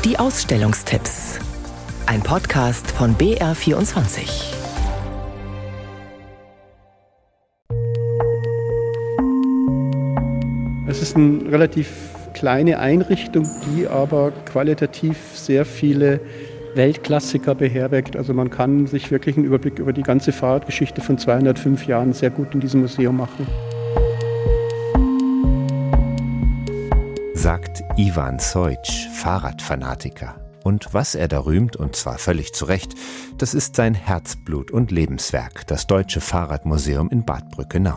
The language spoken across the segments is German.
Die Ausstellungstipps. Ein Podcast von BR24. Es ist eine relativ kleine Einrichtung, die aber qualitativ sehr viele Weltklassiker beherbergt. Also man kann sich wirklich einen Überblick über die ganze Fahrradgeschichte von 205 Jahren sehr gut in diesem Museum machen. Sagt Ivan Sojc, Fahrradfanatiker. Und was er da rühmt, und zwar völlig zu Recht, das ist sein Herzblut und Lebenswerk, das Deutsche Fahrradmuseum in Bad Brückenau.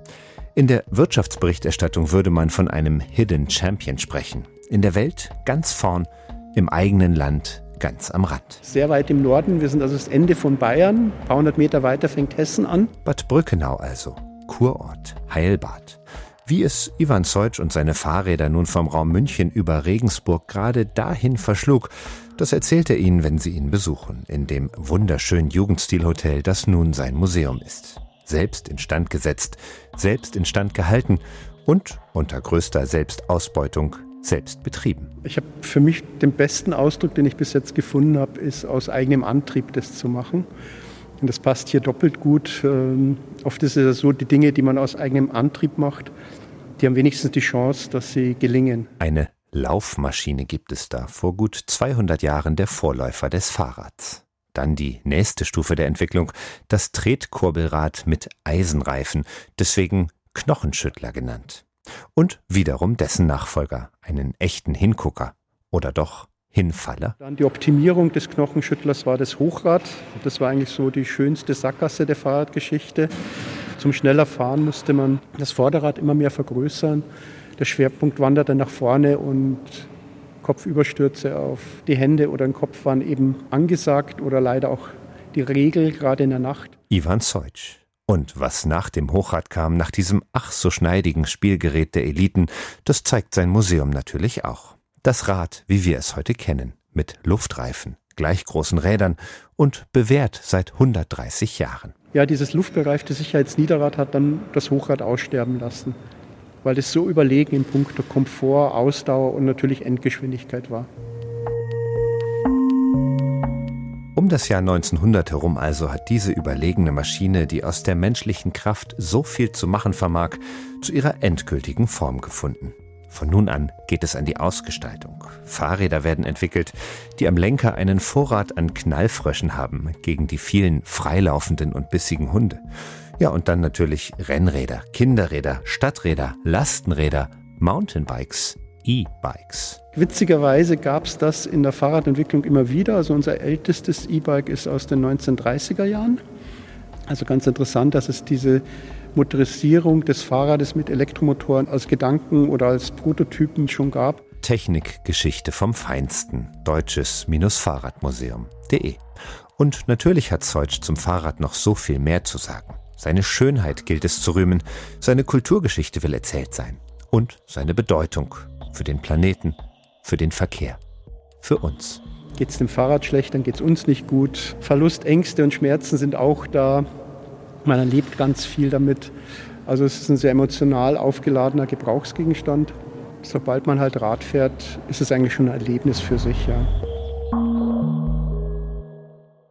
In der Wirtschaftsberichterstattung würde man von einem Hidden Champion sprechen. In der Welt ganz vorn, im eigenen Land ganz am Rand. Sehr weit im Norden, wir sind also das Ende von Bayern, ein paar hundert Meter weiter fängt Hessen an. Bad Brückenau also, Kurort, Heilbad. Wie es Ivan Sojc und seine Fahrräder nun vom Raum München über Regensburg gerade dahin verschlug, das erzählt er ihnen, wenn sie ihn besuchen, in dem wunderschönen Jugendstilhotel, das nun sein Museum ist. Selbst instand gesetzt, selbst instand gehalten und unter größter Selbstausbeutung selbst betrieben. Ich habe für mich den besten Ausdruck, den ich bis jetzt gefunden habe, ist aus eigenem Antrieb das zu machen. Und das passt hier doppelt gut. Oft ist es so, die Dinge, die man aus eigenem Antrieb macht, die haben wenigstens die Chance, dass sie gelingen. Eine Laufmaschine gibt es da, vor gut 200 Jahren der Vorläufer des Fahrrads. Dann die nächste Stufe der Entwicklung, das Tretkurbelrad mit Eisenreifen, deswegen Knochenschüttler genannt. Und wiederum dessen Nachfolger, einen echten Hingucker oder doch Hinfaller. Dann die Optimierung des Knochenschüttlers war das Hochrad. Das war eigentlich so die schönste Sackgasse der Fahrradgeschichte. Zum schneller Fahren musste man das Vorderrad immer mehr vergrößern. Der Schwerpunkt wanderte nach vorne und Kopfüberstürze auf die Hände oder den Kopf waren eben angesagt oder leider auch die Regel, gerade in der Nacht. Ivan Sojc. Und was nach dem Hochrad kam, nach diesem ach so schneidigen Spielgerät der Eliten, das zeigt sein Museum natürlich auch. Das Rad, wie wir es heute kennen, mit Luftreifen, gleich großen Rädern und bewährt seit 130 Jahren. Ja, dieses luftbereifte Sicherheitsniederrad hat dann das Hochrad aussterben lassen, weil es so überlegen in puncto Komfort, Ausdauer und natürlich Endgeschwindigkeit war. Um das Jahr 1900 herum also hat diese überlegene Maschine, die aus der menschlichen Kraft so viel zu machen vermag, zu ihrer endgültigen Form gefunden. Von nun an geht es an die Ausgestaltung. Fahrräder werden entwickelt, die am Lenker einen Vorrat an Knallfröschen haben gegen die vielen freilaufenden und bissigen Hunde. Ja, und dann natürlich Rennräder, Kinderräder, Stadträder, Lastenräder, Mountainbikes, E-Bikes. Witzigerweise gab es das in der Fahrradentwicklung immer wieder. Also unser ältestes E-Bike ist aus den 1930er Jahren. Also ganz interessant, dass es diese Motorisierung des Fahrrades mit Elektromotoren als Gedanken oder als Prototypen schon gab. Technikgeschichte vom Feinsten. Deutsches-Fahrradmuseum.de. Und natürlich hat Sojc zum Fahrrad noch so viel mehr zu sagen. Seine Schönheit gilt es zu rühmen, seine Kulturgeschichte will erzählt sein und seine Bedeutung für den Planeten, für den Verkehr, für uns. Geht es dem Fahrrad schlecht, dann geht es uns nicht gut. Verlust, Ängste und Schmerzen sind auch da. Man erlebt ganz viel damit. Also es ist ein sehr emotional aufgeladener Gebrauchsgegenstand. Sobald man halt Rad fährt, ist es eigentlich schon ein Erlebnis für sich, ja.